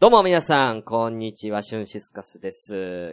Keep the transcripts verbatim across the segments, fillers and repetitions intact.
どうも皆さん、こんにちは、シュンシスカスです。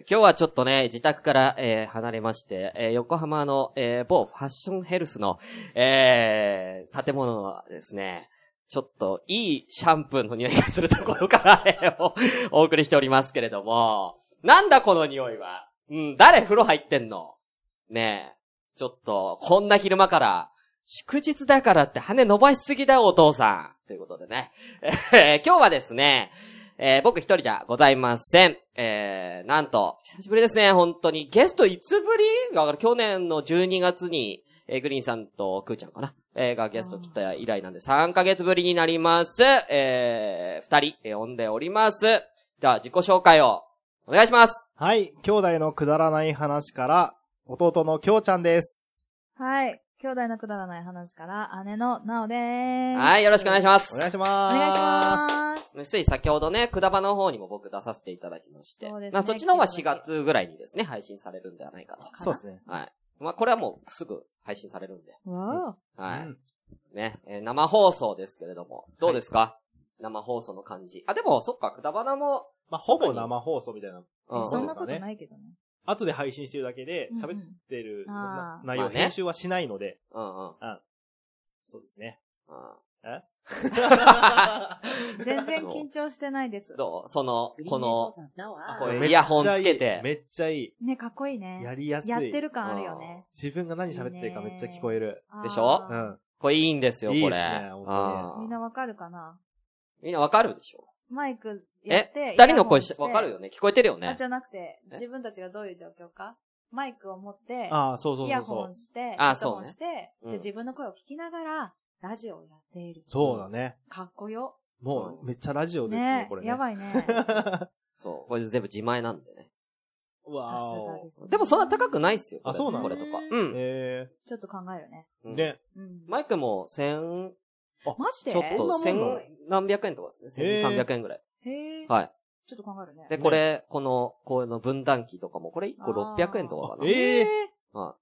今日はちょっとね、自宅から、えー、離れまして、えー、横浜の、えー、某ファッションヘルスの、えー、建物はですね、ちょっといいシャンプーの匂いがするところから、えー、お, お送りしておりますけれども、なんだこの匂いは。うん、誰風呂入ってんのねえ、ちょっと、こんな昼間から、祝日だからって羽伸ばしすぎだよお父さん。ということでね、えー、今日はですね、えー、僕一人じゃございません。えー、なんと、久しぶりですね、本当に。ゲストいつぶりだから去年のじゅうにがつに、えー、グリーンさんとクーちゃんかな、えー、がゲスト来た以来なんでさんかげつぶりになります。えー、二人、えー、呼んでおります。では、自己紹介をお願いします。 はい、兄弟のくだらない話から、弟のきょうちゃんです。 はい。兄弟のくだらない話から姉のなおでーす。 はい、よろしくお願いします。 お願いします。 お願いします。 つい先ほどね、くだばの方にも僕出させていただきまして。そうですね。まあそっちの方はしがつぐらいにですね、配信されるんではないかと。 そうですね。 はい。まあこれはもうすぐ配信されるんで。 わー。はい。うん、ね、えー、生放送ですけれども、どうですか、はい、生放送の感じ。あ、でもそっか、くだばなも。 まあほぼ生放送みたいな、 うん。そんなことないけどね。 後で配信してるだけで、喋ってる内容、編集はしないので。 うんうん。うん。 そうですね。 うん。 え全然緊張してないです。 どうその、この、こうイヤホンつけて。 めっちゃいい。 ね、かっこいいね。 やりやすい。 やってる感あるよね。 自分が何喋ってるかめっちゃ聞こえる。 でしょうん。これいいんですよ、これ。いいですね、 本当に。みんなわかるかなみんなわかるでしょマイクやって。 え、二人の声わかるよね聞こえてるよねあ、じゃなくて、自分たちがどういう状況かマイクを持って、 ああ、そうそうそうそう。 イヤホンして、 ああ、そうね。 して、で、自分の声を聞きながら、ラジオをやっている。 そうだね。 かっこよ。 もう、めっちゃラジオですね、これね。 やばいね。 そう。これ全部自前なんでね。 わー。 ですね。でもそんな高くないっすよ。 あ、そうなのこれとか。うん。 へー。ちょっと考えるね。 ね。マイクも千、 あ、マジでちょっと、千何百円とかですね。千三百円ぐらい。 へー。 はい。 ちょっと考えるね。 で、これ、この、この分断機とかも、これいっころっぴゃくえんとかかな。 ええー。 はい。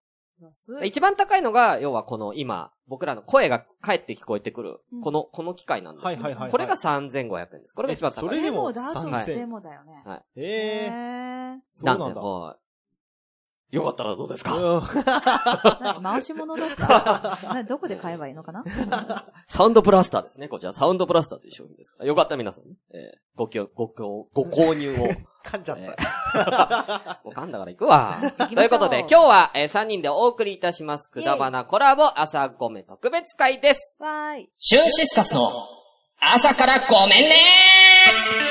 一番高いのが、要はこの今、僕らの声が返って聞こえてくる、この、この機械なんですよ。はいはいはい。これがさんぜんごひゃくえんです。これが一番高い。 それでもだとしてもだよね。 はい。 ええー。 そうなんだ。はい。よかったらどうですか回し物だったらどこで買えばいいのかなサウンドブラスターですね。こちら、サウンドブラスターという商品ですから。よかったら皆さんね、えー、ごきょ、ご、ご、ご購入を。 噛んじゃった。えー、もう噛んだから行くわ。ということで、今日は、えー、さんにんでお送りいたします。くだばなコラボ朝ごめ特別会です。 わーい。 シュンシスカスの朝からごめんねー。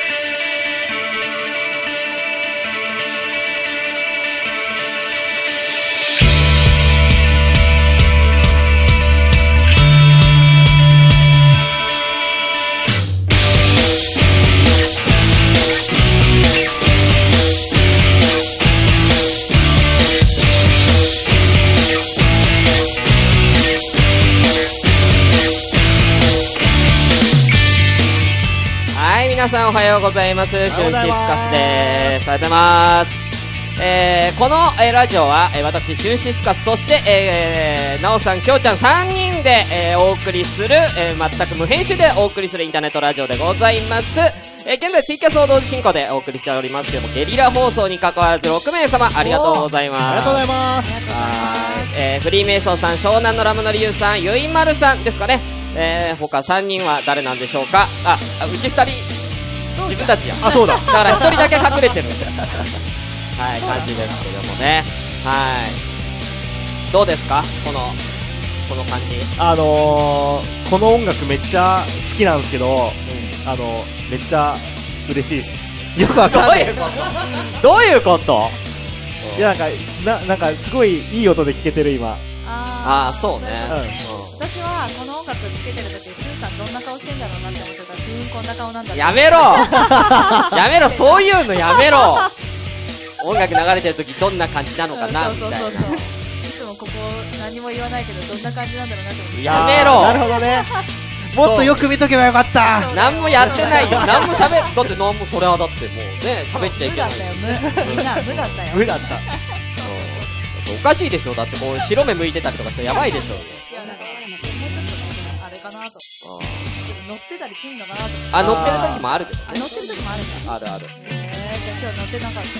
皆さんおはようございます。シュンシスカスです。ありがとうございます。えー、この、えー、ラジオは、えー、私、シュンシスカス、そして、えー、なおさん、きょうちゃんさんにんで、えー、お送りする、えー、全く無編集でお送りするインターネットラジオでございます。えー、現在ツイキャスを同時進行でお送りしておりますけども、ゲリラ放送に関わらずろくめいさま、ありがとうございます。 ありがとうございます。 はい。えー、フリーメイソーさん、湘南のラムのリユウさん、ゆいまるさんですかね。えー、他さんにんは誰なんでしょうか。あ、うちふたり、自分たちや。 あ、そうだ。 だから一人だけ隠れてる。はい、感じですけどもね。はい。どうですかこの、この感じ。 あのー、この音楽めっちゃ好きなんですけど、うん、あの、めっちゃ嬉しいです。よくわかんない。 どういうことどういうこといや、なんか、な、なんかすごいいい音で聴けてる今。 ああ、そうね。 うん。私はこの音楽つけてるとき、シュンさんどんな顔してんだろうなって思ってたら、ふーん、こんな顔なんだ。 やめろやめろ、そういうのやめろ音楽流れてるときどんな感じなのかな、みたいな。そうそうそうそう。いつもここ何も言わないけど、どんな感じなんだろうなって思って。 やめろなるほどね。もっとよく見とけばよかった。 何もやってないよ。何も喋っ、だって何もそれはだってもうね、喋っちゃいけない。 無だったよ、無。みんな無だったよ。 無だった。 おかしいでしょだってこう白目向いてたりとかしたらやばいでしょ。 いや、なんか、もうちょっとね、あれかなと。 乗ってたりすんのかなと思って。 あ、乗ってる時もあるけどね。 あ、乗ってる時もあるんだ。 あるある。 えー、じゃあ今日乗ってなかった。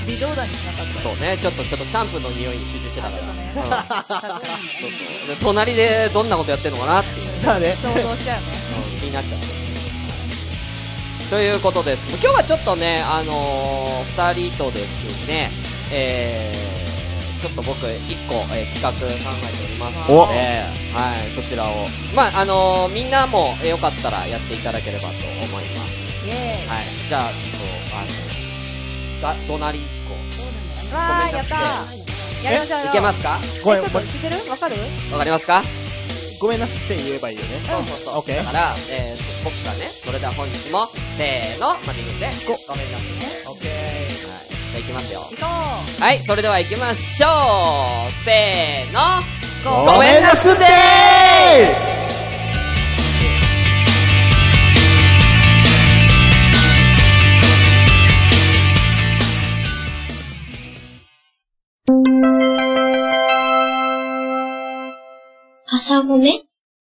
微動だにしなかった。 そうね、ちょっと、ちょっとシャンプーの匂いに集中してたから。 ね、 うん、確かに。そうそう。で、隣でどんなことやってんのかなっていう。 じゃあね。 想像しちゃうね。 うん、気になっちゃう。ということです。今日はちょっとね、あのー、二人とですね、えー、ちょっと僕一個、えー、企画考えておりますので、はい、そちらを、まあ、あのー、みんなも、えー、よかったらやっていただければと思います。 イェーイ。 はい、じゃあ、ちょっと、あの、が、隣一個。 わー、やったー。やりましょうよ。 いけますか？ ごめん、 ちょっと知ってる？わかる？ わかりますか？ ごめんなすって言えばいいよね。 そうそうそう。 オッケー。 だから、えー、僕がね、それでは本日も、せーの、まで言うんで、ご、ごめんなさいね。 オッケー。 はい。じゃあ行きますよ。 行こう。 はい、それでは行きましょう。せーの。 ごめんなすってー朝ごめ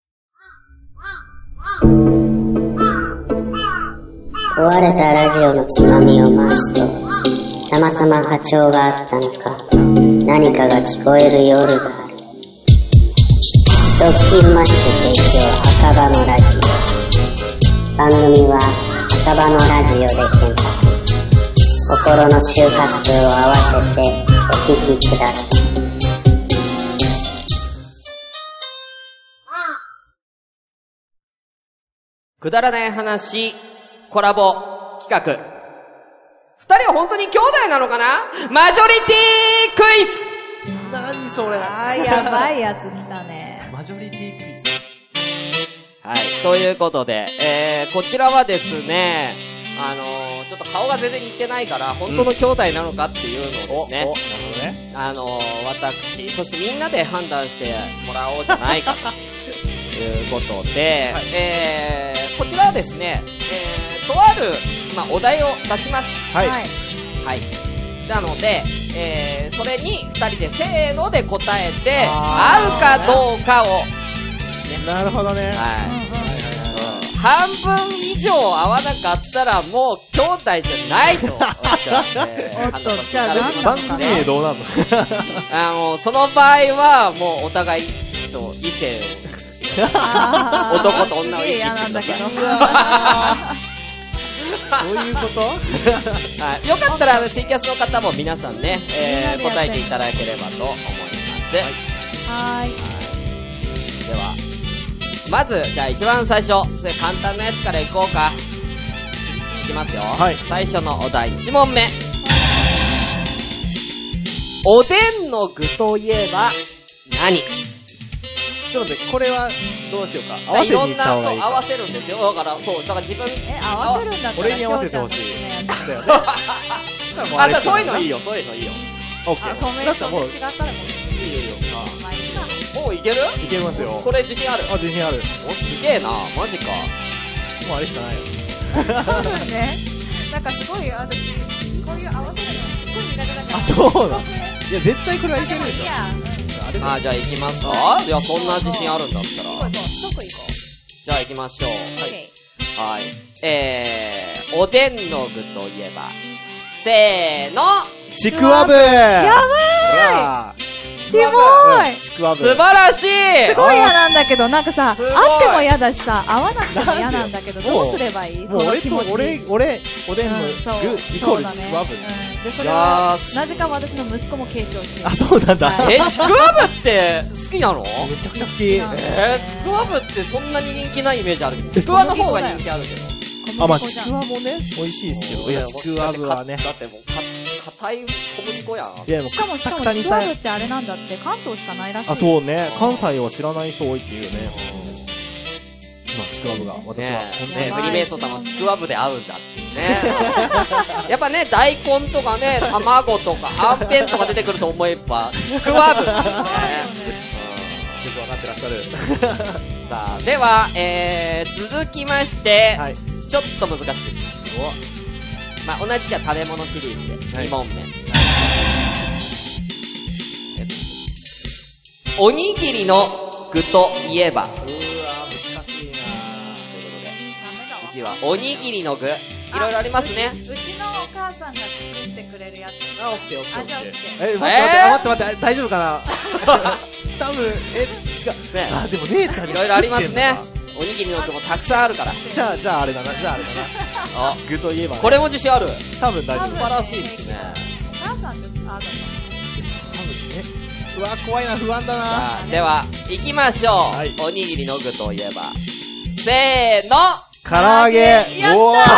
壊れたラジオのつまみを回すと、たまたま波長があったのか、何かが聞こえる夜がある。ドッキンマッシュ提供赤羽のラジオ。番組は赤羽のラジオで検索。心の周波数を合わせてお聞きください。 くだらない話、コラボ企画。二人は本当に兄弟なのかな？マジョリティクイズ！ 何それ？ あー、やばいやつ来たね。 マジョリティクイズ。 はい。ということで、えー、こちらはですね、あのー、ちょっと顔が全然似てないから、本当の兄弟なのかっていうのをですね、 おおなるほどね。 あのー、私、そしてみんなで判断してもらおうじゃないかということで、はい、えー、こちらはですね、えー、とある、まあ、お題を出します。 はい。 はい。なので、えー、それに二人でせーので答えて、合うかどうかを、 ね、なるほどね。 はい。 うんうん半分以上合わなかったらもう兄弟じゃないとおっしゃって。 おっと、じゃあ何な番のか組名どうなんのあの、その場合はもうお互いちょっと異性を男と女を意識してください。 そういうことはい。よかったらツイキャスの方も皆さんね、えー、答えていただければと思います。 はい。 はい。では、まず、じゃあ一番最初、それ簡単なやつからいこうか。いきますよ。 はい。 最初のお題いち問目。おでんの具といえば何？ ちょっと待って、これはどうしようか。合わせにいろんな、 行った方がいいか。 そう、合わせるんですよ。だから、そう、だから自分、 え、合わせるんだったら俺に合わせてほしい。だよね。 あ、じゃあそういうのいいよ、そういうのいいよ。 オッケー。 あ、フォーメーションで違ったらもう。 いいよいいよ。 まあいいか。 もういける？ いけますよ。 これ自信ある？ あ、自信ある。 お、すげえな。マジか。 もうあれしかないよ。 そうだね。なんかすごい、私、こういう合わせるのすっごい苦手だから。 あ、そうだ。いや、絶対これはいけるでしょ。 いや、 あ、じゃあ行きますか？いや、そんな自信あるんだったら。 行こう行こう、即行こじゃあ行きましょう。 う。 はい。はい。えー、おでんの具といえば、せーの！ ちくわぶやばいキモーいちくわぶ。 素晴らしいすごい嫌なんだけど、なんかさ、 すごいあっても嫌だしさ、合わなくても嫌なんだけど、どうすればいい？ もう俺と、俺、俺、おでんの具、 うんそうイコールちくわぶ。 うんで、それいやはー、 なぜか私の息子も継承してる。 あ、そうなんだ。 はいえ、ちくわぶって好きなの？ めちゃくちゃ好き。 ええー、ちくわぶってそんなに人気ないイメージあるけど、ちくわの方が人気あるけど。 あ、まあ、ちくわもね、美味しいですけど、いや、ちくわぶはね。 だってもう、か、硬い小麦粉やん。 いや、もう、 しかもしかもちくわぶってあれなんだって、関東しかないらしい。 あ、そうね。関西は知らない人多いっていうね。まあ、ちくわぶが、私は。 ねえ、ねフリーメイソンさんもちくわぶで合うんだっていうね。やっぱね、大根とかね、卵とか、はんぺんとか出てくると思えば、ちくわぶ。ね、 よくわかってらっしゃる。 さあ、では、えー、続きまして、はい、ちょっと難しくしますよ。まあ、同じじゃ食べ物シリーズで、に問目。はい、おにぎりの具といえば。うわ難しいな次は、おにぎりの具。いろいろありますね。 うちのお母さんが作ってくれるやつ。 あ、オッケーオッケー。 あ、じゃあオッケー。 え、待って待って、 えー待って待って、大丈夫かな多分、え、違う。 ねあ、でも姉ちゃんにいろいろありますね。おにぎりの具もたくさんあるから。 じゃあ、じゃああれだな、じゃああれだな。 あ、 具といえば、ね。 これも自信ある。 多分大丈夫。 素晴らしいっすね。 お母さんってあるのか多分ね。うわ、怖いな、不安だな。 さあ、では、行きましょう。 はいおにぎりの具といえば。せーの唐揚げ。 やったーおー唐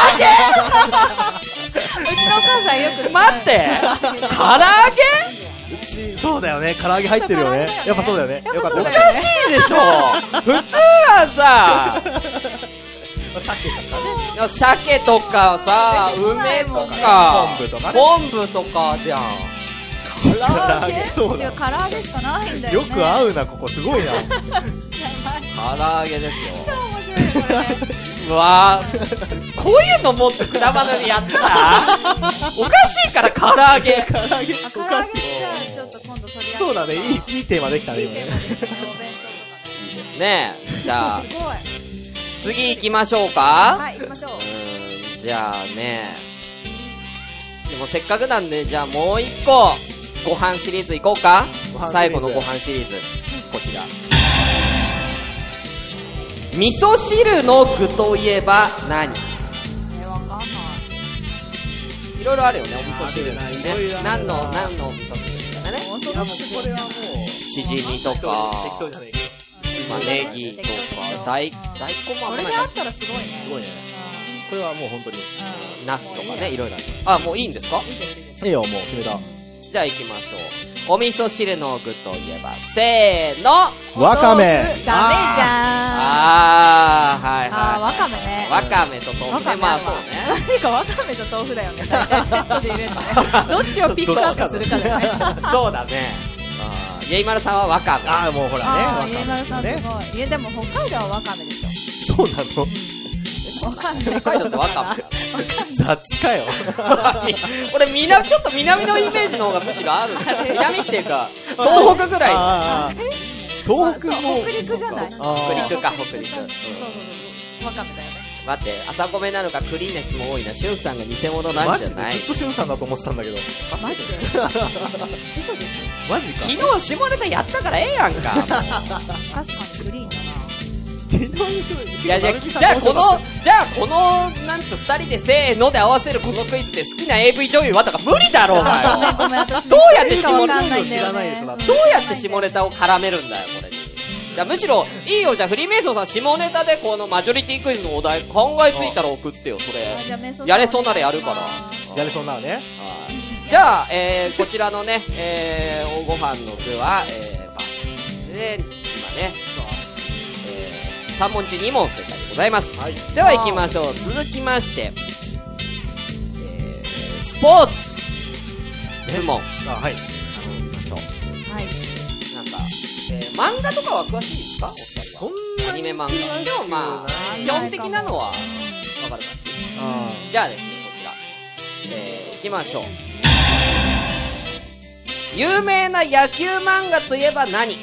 うちのお母さんよく使う。 待って唐揚うち、そうだよね。唐揚げ入ってるよね。やっぱそうだよね。よかった。 げおかしいでしょ普通はさ、鮭とかさ、梅とか、 昆布とかね昆布とかじゃん。唐揚げそうだ。 違う、唐揚げしかないんだよよね。 く合うな、ここ。すごいな。 やばい。 唐揚げです超よ。 面白いね、これね。 うわぁ、こういうのもっと果物でやったらおかしいから唐揚げ。 唐揚げ、 あ、唐お揚げかしい。 じゃあちょっと今度取り上げて。 そうだね。いい、いいテーマできたね、 いい今ね。 テーマですね、お弁当とかね。 いいですね。じゃあす、ごい。 次行きましょうか。 はい、行きましょう。 うーん、じゃあね。でもせっかくなんで、じゃあもう一個、ご飯シリーズ行こうか。 ご飯シリーズ最後のご飯シリーズ。こちら。味噌汁の具といえば何？ え、わかんない。 いろいろあるよね、お味噌汁ねあるねいろいろ。あるな何の、何のお味噌汁とかね。 オーソドックスこれはもう、 しじみとか、 適当じゃねえけまあ、ネギとか、大、大根もあんまないかこれであったらすごいね。 ど。すごいね。 うこれはもう本当に。 ん。 ナスとかね、いろいろある。あ、もういいんですか？ いいです、いいです。 いいよ、もう決めた。 じゃあ行きましょう。お味噌汁の具といえば、せーの。 わかめ。 ダメじゃん。 あー、はいはい。 あー、わかめね。 わかめと豆腐ね。まあそうね。 何かわかめと豆腐だよね。大体セットで入れるのね。どっちをピックアップするかだよね。 そうだね。あー、イェイマルさんはわかめ。 ああ、もうほらね。 ああ、 わかめ家丸さんすね。 ごい。いや、でも北海道はわかめでしょ。 そうなのわかんない。 北海道ってわかめ。 雑かよ。 俺、南、ちょっと南のイメージの方がむしろある。南っていうか、東北ぐらい。 あー東北も。 北陸じゃない。 あー北陸か、北陸。 そうそうそう。わかめだよね。 待って、朝米なのかクリーンな質問多いな。しゅんさんが偽物なんマジでじゃない？ ずっとしゅんさんだと思ってたんだけど。 マジで嘘でしマジか。 昨日下ネタやったからええやんか。 ょ。確かにクリーンだな。 昨日面白い。 いや、じゃあ、じゃあこの、じゃあこの、なんと二人でせーので合わせるこのクイズで好きな エーブイ 女優はとか無理だろうがよ。 ごめん、私。 どうやって下ネタわかんないんだよね知らないでしょだってどうやって下ネタを絡めるんだよ、これに。いや、むしろ、いいよ、じゃあ、フリーメイソンさん、下ネタでこのマジョリティクイズのお題考えついたら送ってよ、それ。やれそうならやるから。 やれそうなのね。 はいじゃあ、えー、こちらのね、えー、おご飯の具は、えー、バツ。で、今ね、えー、さん問中に問正解でございます。 はい。 では行きましょう。続きまして、えー、スポーツ部門。 あ、はい。 行きましょう。 はい。 なんか、えー、漫画とかは詳しいですかお二人は。 そんなにアニメ漫画。でもまあ、基本的なのは、わかる感じ。 あじゃあですね、こちら。えー、行きましょう。有名な野球漫画といえば何？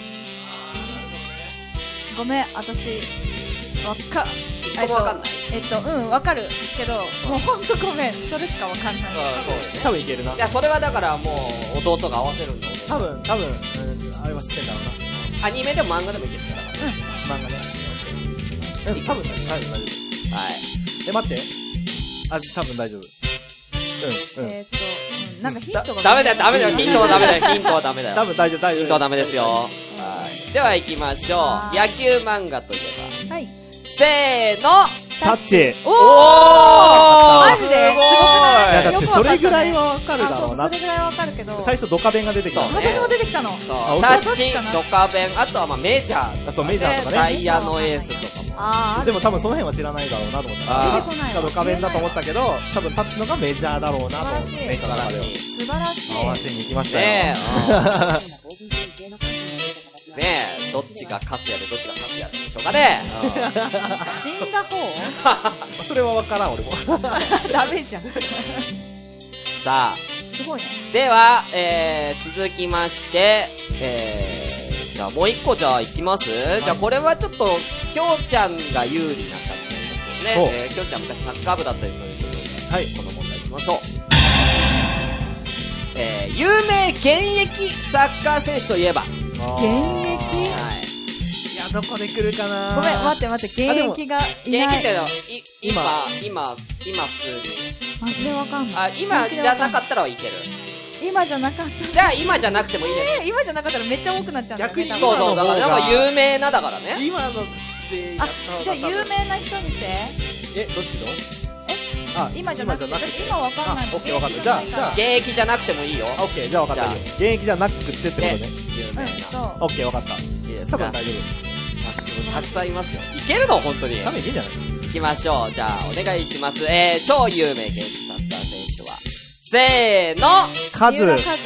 ごめん、私、わか、 一個もわかんない。 えっと、うん、わかるけど、もうほんとごめん、それしかわかんない。 あそうですね。 多分いけるな。 いや、それはだからもう、弟が合わせるんだよ。 多分、多分、うんあれは知ってんだろうアニメでも漫画でもいいですよ、だから。 な。漫画ね。うん、多分、多分大丈夫。 はい。 え、待って。あ、多分大丈夫。うん、うん。 えっと、うんなんかヒントが。 ダメだよ、ダメだよ、ヒントはダメだよ、ヒントはダメだよ。 多分大丈夫、大丈夫。 ヒントはダメですよ。はい。では行きましょう。 はい野球漫画といえはい。 ば、せーのタッチ。 おおーマジですごいいや、だよくわかったねってそれぐらいはわかるだあ、そうそう、 ろうなそ。れぐらいわかるけど。 最初ドカベンが出てきた。 そうね私も出てきたの。 そうあタッチそうか、なドカベン、あとはまあメジャー。 あそうメジャーとかねダイヤのエースとかも。 あー、 でも多分その辺は知らないだろうなと思ったあー出てこないわドカベンだと思ったけど、多分タッチのがメジャーだろうなと思って。 素晴らしいメジャーの中では素晴らしい。 素晴らしい。 合わせに行きましたよ。 ねえ、ねえ、どっちが勝つやで、どっちが勝つやででしょうかね。 死んだ方それはわからん、俺も。 ダメじゃん。 さあ、 すごいね。 では、えー、続きまして、えー、じゃあもう一個じゃあ行きます、じゃあこれはちょっと、きょうちゃんが有利な感じになりますけどどね、えー、きょんちゃん昔サッカー部だったということで、はい、この問題しましょう。えー、有名現役サッカー選手といえば。 現役？ はい。 いや、どこで来るかな。 ごめん、待って待って、現役がいない。 現役ってのは、今、今、今普通に。 マジでわかんない。 あ、今じゃなかったらいける。 今じゃなかったら。 じゃあ今じゃなくてもいいです。 えー、今じゃなかったらめっちゃ多くなっちゃうんだよね。 逆にそうそう、だからなんか有名なだからね。 今ので。 あ、じゃあ有名な人にして。 え、どっちの？ あ、今じゃなくて、今わかんない。 オッケーわかんない。じゃあ、じゃあ。 現役じゃなくてもいいよ。 オッケー、じゃあわかった。現役じゃなくてってことね。 有名な。 そう。 オッケーわかった。いいですか？ 多分大丈夫。たくさんいますよ。いけるの本当に。 多分いいんじゃない？ 行きましょう。じゃあ、お願いします。えー、超有名現役サッカー選手は。せーのカズ。 カズ。おー、 すげー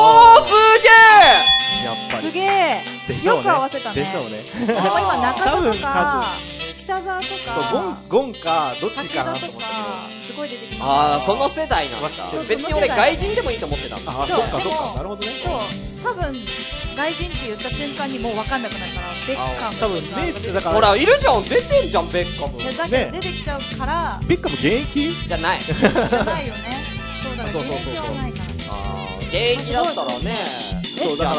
やっぱり。 すげー。 でしょうね。 よく合わせたね。 でしょうね。 でも今中田とか、北沢とか、 そう、ゴン、ゴンか、どっちかなと思ったけど。 すごい出てきます。 あー、その世代なんだ。別に俺外人でもいいと思ってたんだ。 あ、そっかそっか。なるほどね。 そう。多分、外人って言った瞬間にもう分かんなくなるから、ベッカム。 多分、メイだから。 ほら、いるじゃん出てんじゃん、ベッカム。 だけど出てきちゃうから。 ベッカム現役じゃない。 じゃないよね。そうだね。現役はないから。 あー、現役だったらね。 そう、だから、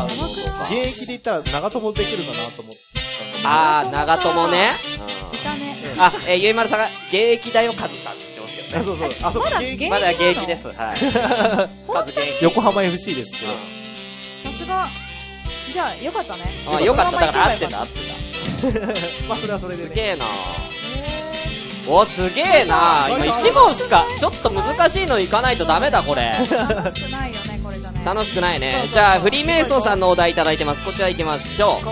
現役で言ったら長友できるかなと思って。 あー、長友ね。 いたね。 あ、えー、ゆいまるさんが、現役だよ、カズさんって言ってますけどね。 そうそう。あ、そう、 まだ現役まだ現役です。はい。カズ現役。 横浜 エフシー ですけど。 さすが。じゃあ、よかったね。 あ、よかった。だから合ってた、合ってた。まあ、それはそれで。 すげえなお、すげえな今いち問しか、ちょっと難しいのいかないとダメだ、これ。 楽しくないよね、これじゃね。 楽しくないね。じゃあ、フリーメイソーさんのお題いただいてます。こちら行きましょう。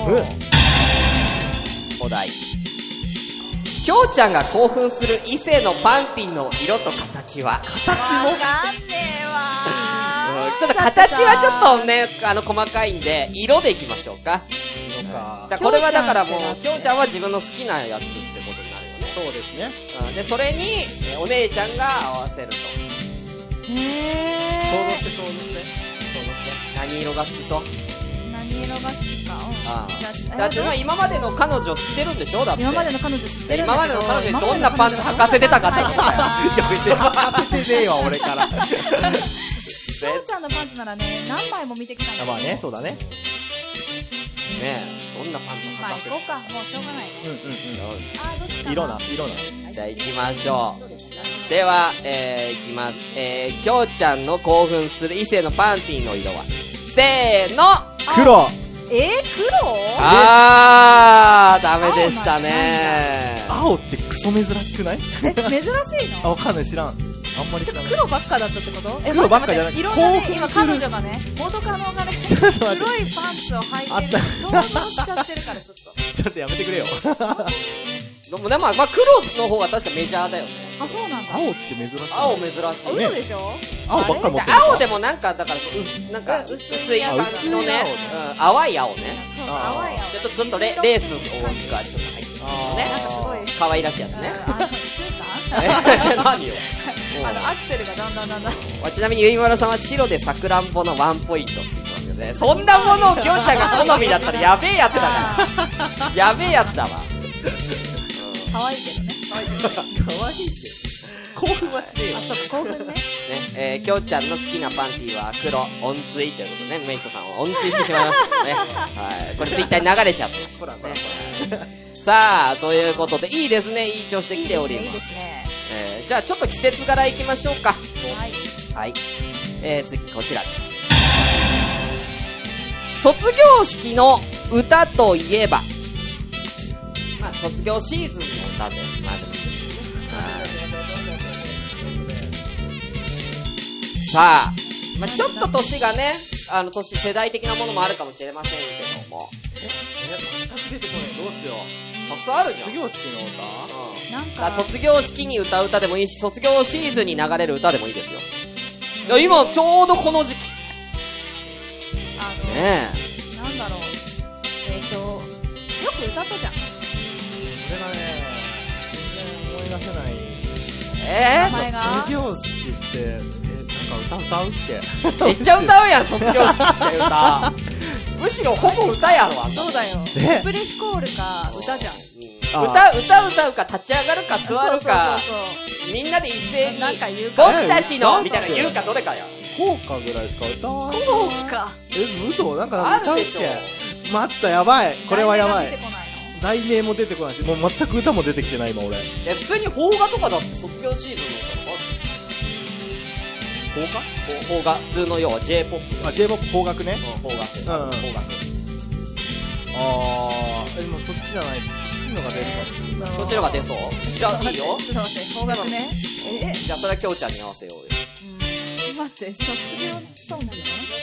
お題。きょうちゃんが興奮する異性のパンティの色と形は形もわかんねえわちょっと形はちょっとね、あの、細かいんで、色でいきましょうか。 色か。 だこれはだからもう、きょうちゃんは自分の好きなやつってことになるよね。 そうですね。 うん、で、それに、お姉ちゃんが合わせると。 へー。 想像して想像して。想像して。 何色が好きそう？ 何色が好きか。うん。 ああ。だって今までの彼女知ってるんでしょだって。 今までの彼女知ってるんだけど。 今までの彼女にどんなパンツ履かせてたかって。いや、 別に履かせてねえわ、俺から。 きょうちゃんのパンツならね、何枚も見てきたんだけど。 まあね、そうだね。 ねえ、どんなパンツ履まあかせて行こうか。もうしょうがないね。 うんうんうん。 あ、どっちかな。 色な、色な。 じゃあ行きましょう。では、えー、行きます。えー、きょうちゃんの興奮する異性のパンティの色は、せーの黒。 えー、黒？ あー、ダメでしたね。 青ってクソ珍しくない？ え、珍しいの？ あ、わかんない、知らん。あんまり知らない。 黒ばっかだったってこと？え、 黒ばっかじゃない。 いろんなね、今彼女がね、元カノがね、黒いパンツを履いてる想像しちゃってるからちょっと。 ちょっとやめてくれよ。 でもね、まあ、まあ、黒の方が確かメジャーだよね。 あ、そうなんだ。 青って珍しい。 青珍しい。 嘘でしょ？ 青ばっかり持ってる。 青でもなんか、だから、うなんか、薄い感じのね、うん、淡い青ね。 そうそう、淡い青。 ちょっと、ちょっとレレースがちょっと入ってるのね。 なんかすごい。 可愛らしいやつね。 あの、シュウさん何よ。 あの、アクセルがだんだんだんだん。 ちなみにゆいまるさんは白でさくらんぼのワンポイントって言ってますけどね。そんなものをきょうちゃんが好みだったらやべえやつだから。やべえやつだわ。 可愛いけどね。 可愛いけど。可愛いけど。興奮はしねえよ。 あ、そうか、興奮ね。ね、 えー、きょうちゃんの好きなパンティは黒、温水ということでね、メイソさんは温水してしまいましたけどね。はい。これツイッターに流れちゃってましたね。さあ、ということで、いいですね。いい調子で来ております。 いいですね。 えー、じゃあちょっと季節柄行きましょうか。 はい。 はい。えー、次、こちらです。卒業式の歌といえば、まあ、卒業シーズンの歌で、まあでもいいですね。さあ、まあ、ちょっと年がね、あの、年、世代的なものもあるかもしれませんけども。 え、え、全く出てこない。どうしよう。 たくさんあるじゃん。 卒業式の歌？ うん。 なんか、 卒業式に歌う歌でもいいし、卒業シーズンに流れる歌でもいいですよ。いや、今、ちょうどこの時期。 あの、 ねえ。なんだろう。えっと、よく歌ったじゃん。 それがね、全然思い出せない。 え名前が卒業式って、え、なんか歌歌うっけ？ めっちゃ歌うやん、卒業式って歌。むしろほぼ歌やろ、あんな。 そうだよ。 えスプレヒコールか、歌じゃん。 歌、歌歌うか立ち上がるか座るか、 そうそうそうみんなで一斉に、 なんか言うか僕たちの、 えみたいな言うかどれかや。 効果ぐらいですか歌わないそうか。 え、嘘なんかあるでしょ歌うっけ待った、やばい。これはやばい。 題名が出てこないの？ 題名も出てこないし、もう全く歌も出てきてない今俺。 え、普通に邦画とかだって卒業シーズンの邦画邦画、普通の要は J-ポップ。 あ、J-ポップ邦楽ね。 うん、邦画って。 うん邦画。 あー、え、でもそっちじゃない。そっちのが出るかもしれない。 そっちのが出そうじゃあいいよ。 ちょっと待って、方角ね。えじゃあそれはきょうちゃんに合わせようよ。 うん。待って、卒業、そうなの？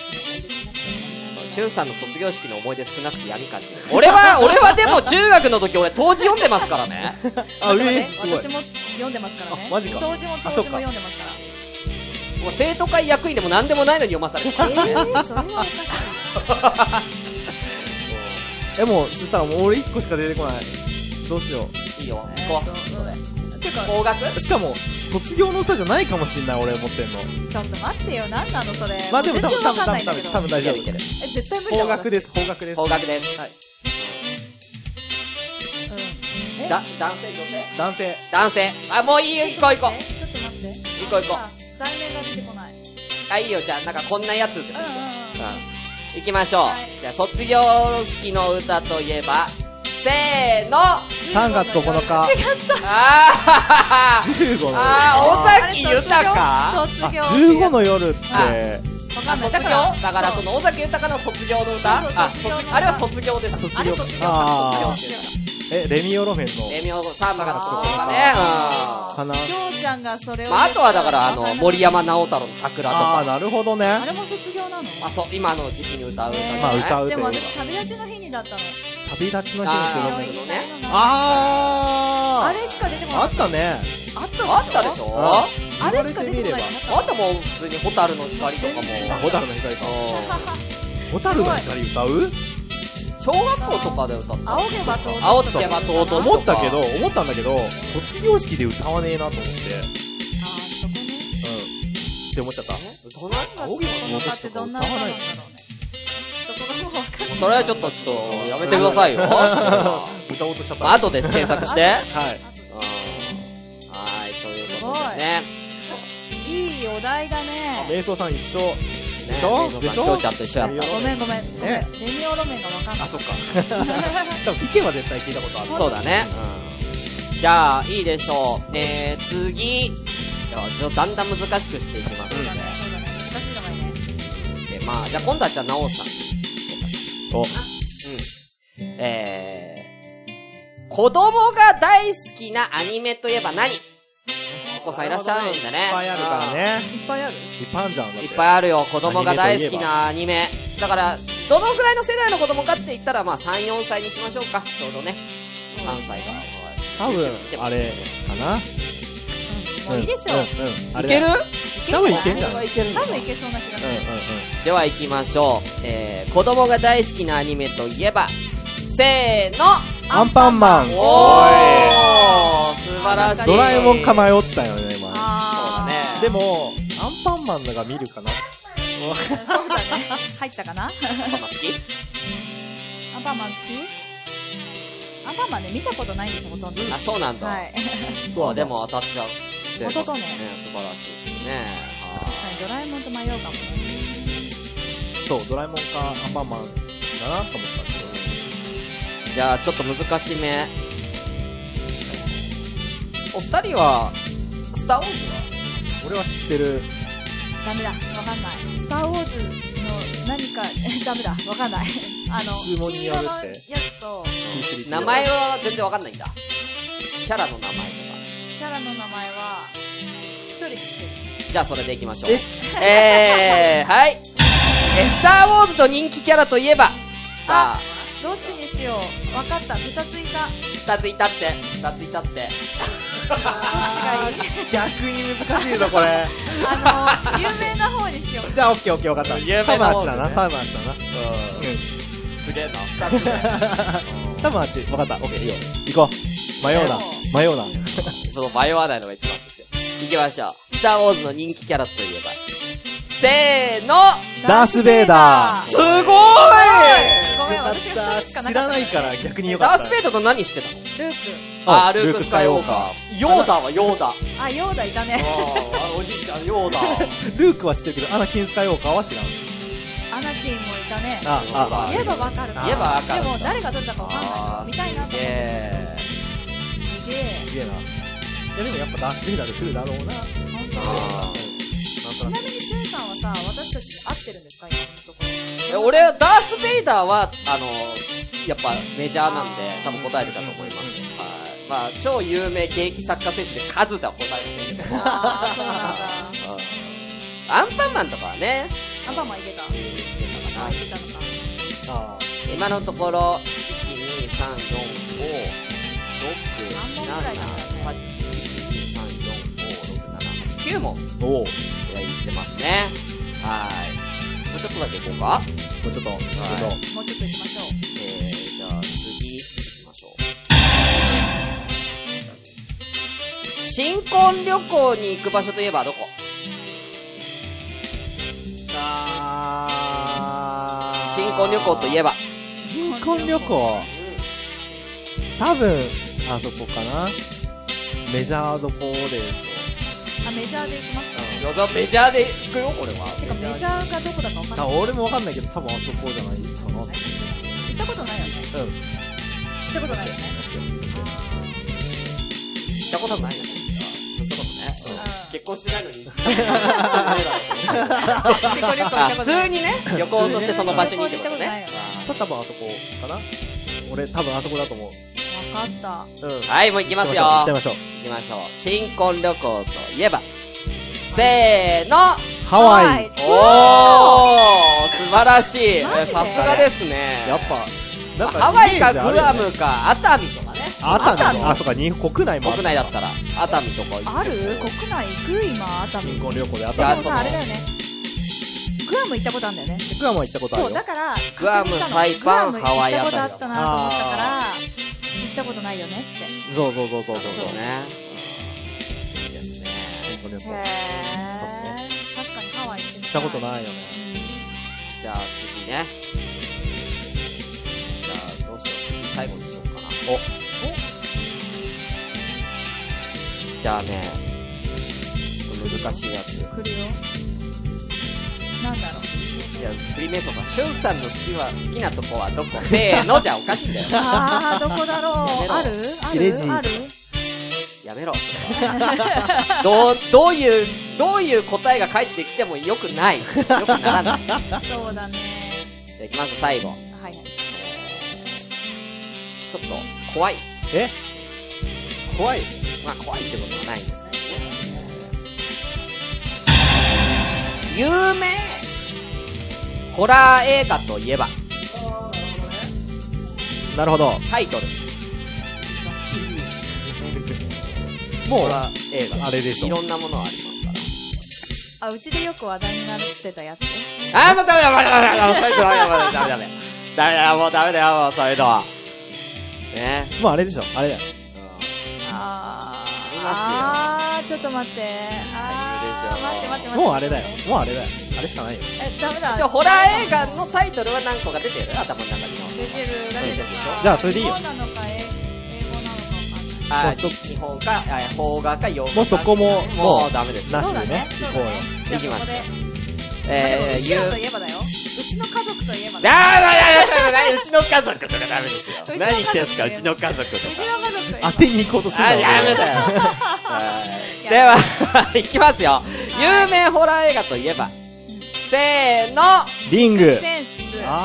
しゅんさんの卒業式の思い出少なくて闇感じる。俺は、俺はでも中学の時俺当時読んでますからね。 あ、えー、すごい。 私も読んでますからね。 あマジか掃除も掃除も読んでますから。 もう生徒会役員でも何でもないのに読まされてえー、それはおかしい。 え、もう、そしたらもう俺一個しか出てこない。どうしよいいよ。 え行こーとそれ。てか、 邦楽う。しかも、卒業の歌じゃないかもしんない俺持ってんの。 ちょっと待ってよ、何なのそれ。 まあでも多分、多分、 全然わかん多分、多分、 ないんだけど。 多分大丈夫。 いけるいえ、絶対無理だ邦楽です、邦楽です。 邦楽です。 はい。 私うん。えだ、男性女性男性。 男性。あ、もういいよ、行こう行こう。 えちょっと待って。 行こう行こうあ題名が出てこない。 あ、いいよ、じゃあなんかこんなやつって。 うんうんうん。 行きましょう。 はいじゃあ卒業式の歌といえば、せーのさんがつここのか。 違った。 あーじゅうごの夜。 あー、尾崎豊卒業。 あ、じゅうごの夜って、 あわあ、 かんない。 卒業だからその尾崎豊の卒業の歌そうそうあ、 卒業の歌卒あれは卒業です。 卒あれ卒業あー卒業え、レミオロメンの。 レミオサンバが卒業がね。 あかな。 きょうちゃんがそれを。 うん。まあ、あとはだからあの、森山。 山直太朗の桜とあー、 か。 なるほどね。 あれも卒業なの？ あ、そう、今の時期に歌う歌じゃないまあ歌うでも私旅立ちの日にだったの。 旅立ちの日あーにするの。 そうねあー。 あれしか出てこない。 あったね。 あったでしょあったでしょああれしか出てこないと思った。 あともう普通にホタルの光とかも。 あ、ホタルの光か。 うんホタルの光歌う小学校とかで歌った。 仰げば尊し。 仰げば尊し思ったけど、思ったんだけど、卒業式で歌わねえなと思って。 あー、そこね。 うん。って思っちゃった。 歌わない仰げば尊しってどんな歌なんだろうね。そこがもうわかんない。 それはちょっとちょっとやめてくださいよ。 歌おうとしちゃった。 まあ、後で検索して。 はい。 うんはい、ということでね。 いいお題だね。 瞑想さん一緒。 でしょでしょきょうちゃんと一緒やった。 ごめんごめん。ごめんねレミオロメンがわかんない。 あ、そっか。多分聞けば絶対聞いたことある。 そうだね。うん。じゃあ、いいでしょう。えー、次。じゃあ、ちょだんだん難しくしていきますので。 そうだね、そうだね。難しいのがいいね。 で、まあ、じゃあ今度はじゃあ、なおさん。 そう。 うん。えー、子供が大好きなアニメといえば何？お子さんいらっしゃるんでね。 いっぱいあるからね。 いっぱいある？ いっぱいあるじゃん。だっていっぱいあるよ。子供が大好きなアニメ。だから、どのぐらいの世代の子供かって言ったら、まあさん、よんさいにしましょうか。ちょうどね。さんさいから。 多分、あれ、かな。 もういいでしょう。 うん、うん。 いける？ 多分いけんじゃん。 これはいけるんだ多分いけそうな気がする。 うん、うん、うん。 では行きましょう。えー、子供が大好きなアニメといえば、せーの。 アンパンマン。 おー、素晴らしい。 ドラえもんか迷ったよね、今。 あー。 そうだねでも、アンパンマンのが見るかな。 そうだね。入ったかな？ アンパンマン好き？ アンパンマン好き？アンパンマンね、見たことないんですよ、ほとんど。 あ、そうなんだ。 はい。 そう、でも当たっちゃう。 弟ね素晴らしいですね。 確かにドラえもんと迷うかもね。 そう、ドラえもんかアンパンマンだなと思ったけど。 じゃあ、ちょっと難しめ。お二人は、スターウォーズは俺は知ってる。 ダメだ、わかんない。スターウォーズの何か、えダメだ、わかんない。あの、 質問に黄色のよるってやつと、 名前は全然わかんないんだ。キャラの名前とか。 キャラの名前は、一人知ってる。 じゃあ、それでいきましょう。えー、はい。え、スターウォーズの人気キャラといえば、さあ、 どっちにしよう。わかった、二ついた。 二ついたって、二ついたって。 どっちがいい？ 逆に難しいぞ、これ。 あの、有名な方にしよう。 じゃあ、オッケーオッケー、わかった。 有名多分な方でねあっちだな、多分あっちだな。 うん。すげえな、二つで。 多分あっち。わかった。オッケー、いいよ。行こう。迷うな。迷うな。 その迷わないのが一番ですよ。行きましょう。スターウォーズの人気キャラといえば。せーのダースベイダーすごーいごごめん、私がふたつしかなかった。 知らないから逆によかった。 ダースベイダーと何してたの？ ルーク。 あー、ルークスカイウォーカー。ヨーダはヨーダ。 あ、ヨーダいたね。 あー、おじいちゃん、ヨーダ。 ルークは知ってるけど、アナキンスカイウォーカーは知らん。 アナキンもいたね。 あ、あ、 言えばわかる。 言えばわかる。 でも誰が撮ったかわかんない。見たいなと思って。すげえ。 すげえな。いやでもやっぱダースベイダーで来るだろうな。 本当。ちなみにシュンさんはさ、私たち合ってるんですか、今のところ。 俺はダースベイダーは、あの、やっぱメジャーなんで、多分答えてたと思います。はい。まあ、超有名ケーキ作家選手で数では答えてるけど。 あー、そうなんだ。 アンパンマンとかはね。 アンパンマンいけた。いけたかな。いけたのか。 あ今のところ、いち、に、さん、よん、ご、ろく、なな、はち、いち、に、さん、よん、ご、ろく、なな、はち、きゅう問。 おお。 いってますね。はい。もうちょっとだけいこうか。 もうちょっと、もうちょっと。 もうちょっと行きましょう。 えー、じゃあ次行きましょう。新婚旅行に行く場所といえばどこ？ あー。 新婚旅行といえば。 新婚旅行多分、あそこかな。メジャーどこでしあ、メジャーで行きますか？ いや、じゃあメジャーで行くよ、これは。 てかメジャーがどこだかわかんょ。 ない。 俺もわかんないけど、多分あそこじゃないかな。 行ったことないよね。 うん。 行ったことないよね。 行ったことないよね。そういうことね。 うん結婚してないのに。 結婚旅行行ったあ普ことない。 通にね、旅行としてその場所に行ってこと旅行で行ったことないよねね。 多分あそこかな。俺多分あそこだと思う。 わかった。 うん。 はい、もう行きますよ。 行っちゃいましょう。 行きましょう。新婚旅行といえば、せーのハワイ。 おー素晴らしいマジでさすがですね。 やっぱ、なんかハワイかグアイメージあるよねムか熱海とかね。 熱熱海海あ、そうか、日本国内もある国内だったら、熱海とか行くある国内行く今、熱海。 新婚旅行で熱でもさ、 海とかあれだよね。グアム行ったことあるんだよね。 グアムは行ったことあるそう、 よ。 だから、 グアムサイパングアムハワイ行ったことあたりあったなと思ったから、行ったことないよねっそうそうそうそうそう。 そうね。いいですね。 新婚旅て。へ行。 ー。 そうっすね。 確かにハワイ行ってみ行ったことないよね。 うん。 じゃあ次ね。じゃあどうしよう。次最後にしようかな。おじゃあね、難しいやつ。 来るよ。なんだろう。 いや、フリーメイソンさん、シュンさんの好きは、好きなとこはどこ？せーのじゃおかしいんだよ。 あー、どこだろやめろう。あるあ切れ字るあるやめろ、それは。どう、どういう、どういう答えが返ってきてもよくない。よくならない。 そうだね。 じゃあいきます、最後。 はいはい。 ちょっと、怖い。 え怖いまあ、怖いってことはないんですけどね。有名ホラー映画といえば、 なるほど。 タイトル。 もうホ、ラー映画。 あれでしょいろんなものありますから。 あ、うちでよく話題になってたやつ。 あー、もうダメだ、ダメだ、ダメだ、そういうのダメだ、ダメだ、ダメだ。ダメだよ、もうダメだよ、もうそういうのは。ね。 もうあれでしょ。あれだよ。 あー。 ありますよあー、ちょっと待って。あー、 いるでしょ待って待って待って。 もうあれだよ。もうあれだよ。あれしかないよ。 え、ダメだ。 一応、ホラー映画のタイトルは何個か出てる頭の中にの。 出てる。だけどさ。 じゃあそれでいいよ日本なのか、英英語なのかわかんない。 あー、日本か、あ邦画か洋画か。 もうそこもももううダメです。 なしそうだね。 行こうよじゃあ行きましょうそこで。 えー、 うちらと言う。 いえばだよ。うちの家族といえばだだよ。 ーだだだだだうちの家族とかダメですよ。 うちの家族何言ってんすか、うちの家族とうちのか。 家族といえば。 当てに行こうとするあ、 んだやめだよ。はいでは、いきますよ。有名ホラー映画といえば、せーのリング。 センス。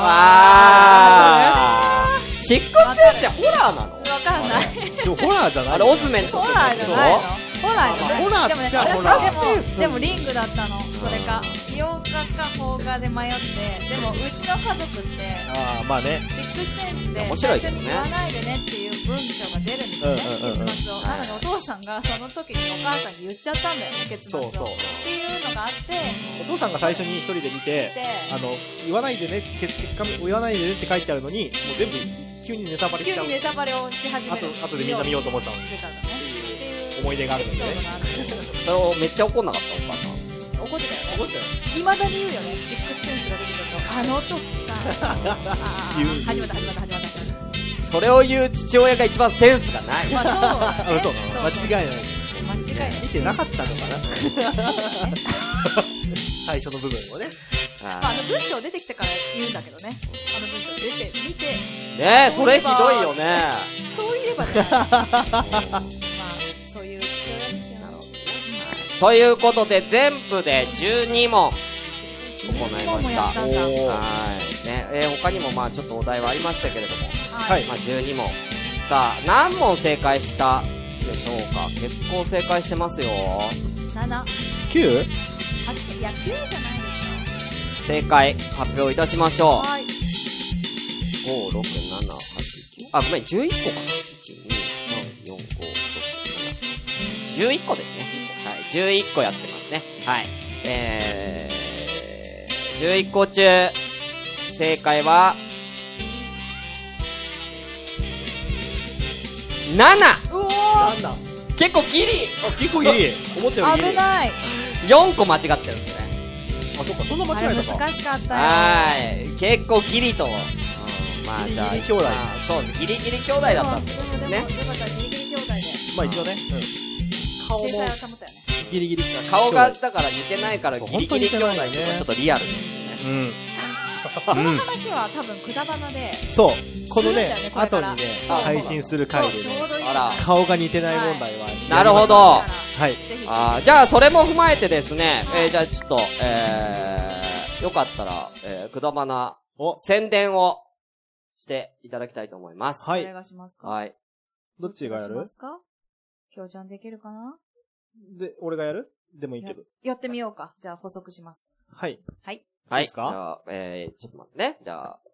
あー。シックスセンスってホラーなのわかんない。 ホラーじゃないあれ、オズメントホラーじゃないのホラーじゃないホラーでもね、 じゃあ私ホラーでも、でもリングだったの。それか、洋画か邦画で迷って、でもうちの家族って、 ああ、まあね。 シックスセンスで面最初白いけどねに言わないでねっていう文章が出るんですよね、 うんうんうんうん結末を。なのでお父さんがその時にお母さんに言っちゃったんだよね、結末を。 そうそうっていうのがあって、 お父さんが最初に一人で見て、 で、 あの、言わないでね、結結果、言わないでねって書いてあるのに、もう全部、急にネタバレしちゃう。 急にネタバレをし始める。 あと後でみんな見ようと思ってたのしてたんだね。っていう思い出があるのでねエピソードがあるんですよそれをめっちゃ怒んなかった、お母さん。 怒ってたよね。 怒ってたよ。 未だに言うよね。シックスセンスが出てくると、あの時さ、あ言うー始まった始まった始まった。 それを言う父親が一番センスがない。 まあそうだね。 嘘。 そう間違いない。 間違いない。 見てなかったのかな最初の部分をね。 まあ、あの文章出てきたから言うんだけどね。あの文章出て、見て。 ねえ、それひどいよね。 そういえばね。まあ、そういう父親ですよ。 ということで、全部でじゅうに問行いました。 はい。 ね、えー、他にもまあちょっとお題はありましたけれども。 はい。 まあじゅうに問。さあ、何問正解したでしょうか。結構正解してますよ。 なな。 きゅう? はち。いや、きゅうじゃないでしょ。 正解、発表いたしましょう。 はい。 ご、ろく、なな、はち、きゅう。あ、ごめん、じゅういっこかな。いち、に、さん、よん、ご、ろく、なな。じゅういっこですね。はい、じゅういっこやってますね。はい。えー、じゅういっこ中、正解は、なな! うおなんだ結構ギリあ、結構ギリ思ったよりギリ。 危ない。 よんこ間違ってるんでね。 あ、そっか、そんな間違えたか。 難しかったよ。 はい。結構ギリと。うん、まあじゃあ。 ギリギリ兄弟です。 そうです。ギリギリ兄弟だったってことですね。 よかった、ギリギリ兄弟で。 まあ一応ね。うん。顔も天才を保ったよね。 ギリギリ。 顔がだから似てないからギリギリ兄弟ってねちょっとリアルですね。 うん。 その話は多分くだばなで。 そう。このね、 するんだよねこれから後にね、 そう配信する回でねそうちょう、どいい。 あら顔が似てない問題は。 なるほど。 はい。 ぜひ。 あーじゃあそれも踏まえてですね、えー、じゃあちょっと、えー、よかったら、えー、くだばな、 お、 宣伝をしていただきたいと思います。 はいお願いしますか。 はい。 どっちがやるどっちしますか？きょうちゃんできるかな？ で、俺がやるでもいいけど。 やってみようか。じゃあ補足します。 はい。 はい。 はいい。 いですかじゃあ、えー、ちょっと待ってね。じゃあ。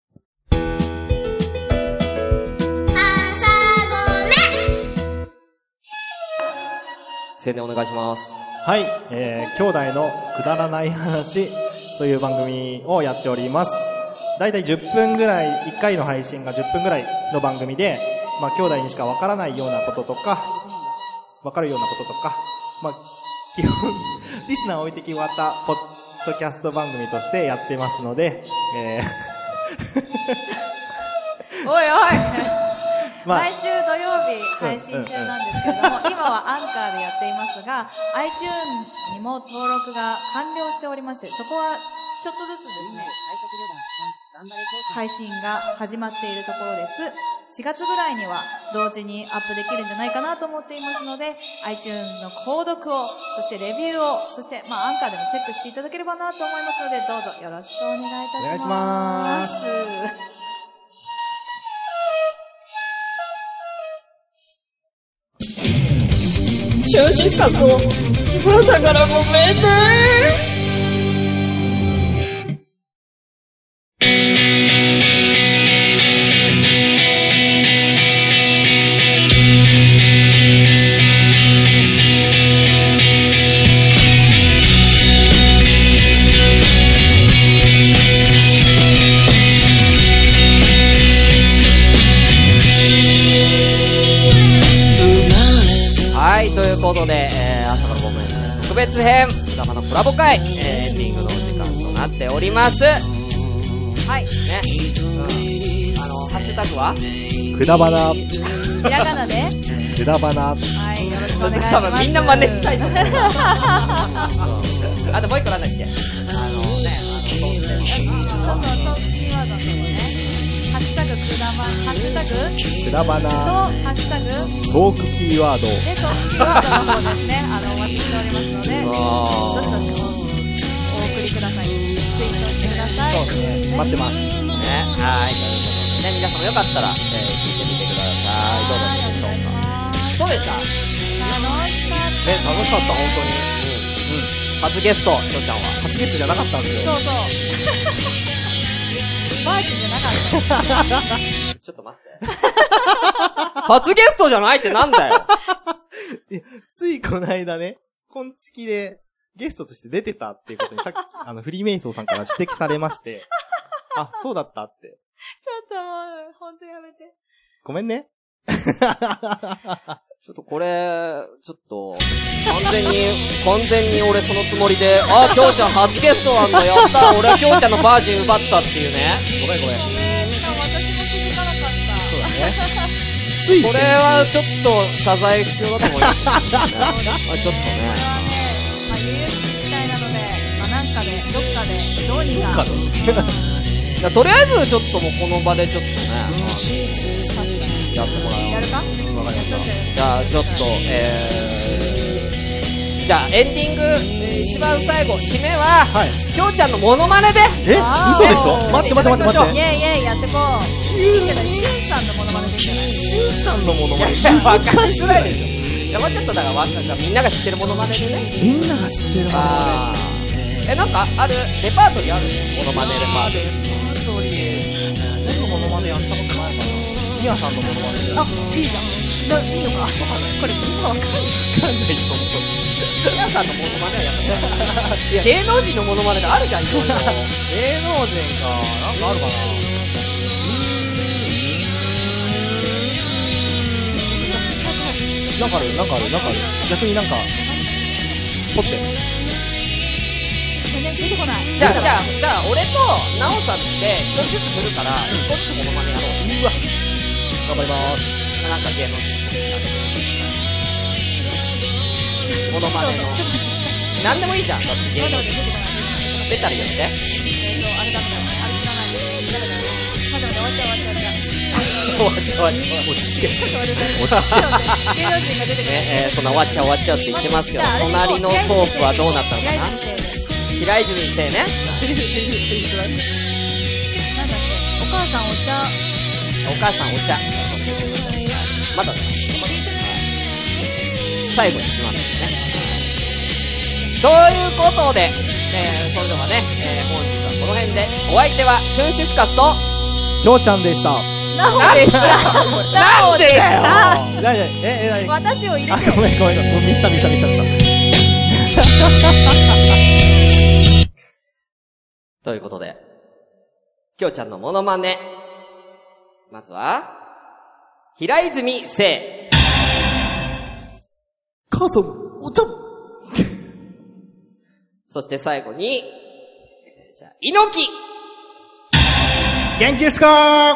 宣伝お願いします。 はい。えー、兄弟のくだらない話という番組をやっております。だいたいじゅっぷんぐらい、いっかいの配信がじゅっぷんぐらいの番組で、まあ、兄弟にしかわからないようなこととか、わかるようなこととか、まあ、基本、リスナーを置いてきわったポッドキャスト番組としてやってますので、えー、 おいおいまあ、 毎週土曜日配信中なんですけれども、今はアンカーでやっていますが、iTunes にも登録が完了しておりまして、そこはちょっとずつですね、配信が始まっているところです。しがつぐらいには同時にアップできるんじゃないかなと思っていますので、iTunes の購読を、そしてレビューを、そしてまあアンカーでもチェックしていただければなと思いますので、どうぞよろしくお願いいたします。 お願いします。 シュンシスカスの朝からごめんね。はい、ということで、えー、朝からごめんね。特別編、くだばなコラボ会、えー、エンディングのお時間となっております。 はい。 ね。うん。あの、ハッシュタグはくだばな、 ひらがなで、 くだばな、 はい、よろしくお願いします。 多分みんな真似したいと思う。あともう一個なんだっけあのね、あの、 そうそう、そう、キーワードのとこね。ハッシュタグくだば、ハッシュタグくだばと、 な、 ハッシュタグトークキーワード、 で、トークキーワードの方ですね。あの、お待ちしておりますので、どしどしお送りください。ツイートしてください。 そうですね、待ってます。 ね、はい、ということでね、皆さんもよかったら、えー、聞いてみてください。どうだったでしょうか。そうでした楽しかった。 ね、楽しかった、本当に。 うん。初ゲスト、ひろちゃんは。 初ゲストじゃなかったんですよ。 そうそう。バーキンじゃなかった。 ちょっと待って。初ゲストじゃないってなんだよ。 ついこの間ね、こんちきでゲストとして出てたっていうことにさっき、あの、フリーメイソーさんから指摘されまして、あ、そうだったって。 ちょっともう、ほんとやめて。 ごめんね。 ちょっとこれ、ちょっと、完全に、完全に俺そのつもりで、あ、きょうちゃん初ゲストなんだ、やった、俺はきょうちゃんのバージン奪ったっていうね。 ごめんごめん。 えー、私も気づかなかった。 そうだね。ついこれはちょっと謝罪必要だと思います、ね。あ、ちょっとね。 まあ、悠々しきみたいなので、まあ、なんかで、どっかで、どうにか。 いやとりあえずちょっともうこの場でちょっとね、やってもらおう。 やるか？ わかりました。じゃあちょっと、えー、じゃあエンディング、えー、一番最後、締めは、はい、きょうちゃんのモノマネで。 え、嘘でしょ？待って待って待って待って。 イェイイェイやってこう。いいけど、シュンさんのモノマネでいいじゃない？ シュンさんのモノマネ。 難しくないでしょ。いや、まあちょっとだからわかんない。みんなが知ってるモノマネでね。 みんなが知ってるモノマネ。え、なんか、ある、レパートリーあるモノマネレパートリー。 レパートリー。何のモノマネやったことないかな。ミヤさんのモノマネで。 あ、いいじゃん。いいのかこれみんなわかんない。わかんないと思う。 ミヤさんのモノマネはやったことない。芸能人のモノマネがあるじゃん、いろいろ。 芸能人か。なんかあるかな。なんかある、なんかある、なんかある。逆になんか、取って。 全然出てこない。 じゃあ、じゃあ、じゃあ、俺と、ナオさんで、一人ずつするから、一個ずつモノマネやろう。 うわ。頑張りまーす。 なんか芸能人。モノマネの。なんでもいいじゃん、だって芸能人。出たら言って。 えーと、あれだめだ。あれ知らない。誰だろう。待って待って、終わっちゃう終わっちゃう。 終わっちゃう終わっちゃう。落ち着け。 ちょっと待って。落ち着けよね。芸能人が出てくる。 え、えー、そんな終わっちゃう終わっちゃうって言ってますけど、隣のソープはどうなったのかな？平泉聖ね。 なんだっけ、お母さんお茶。 お母さんお茶。まだね。最後に行きますね。ということで、えー、それではね、えー、本日はこの辺で、お相手はシュンシスカスと、 きょうちゃんでした。 なおでした。なおでした。 なになにえ、え、なに私を入れて。 あ、ごめんごめんごめん。ミスったミスったミスったミスった。 ということで、きょうちゃんのモノマネ。まずは、平泉聖。 母さん、お茶。 そして最後に、えー、じゃあ、猪木。 元気ですか？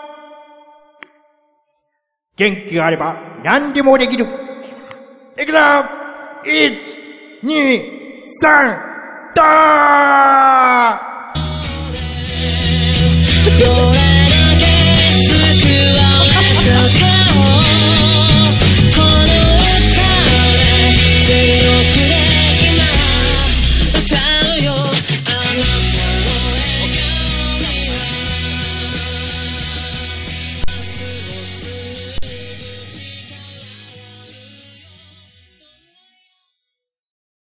元気があれば何でもできる。いくぞ！いち、に、さん、ドー！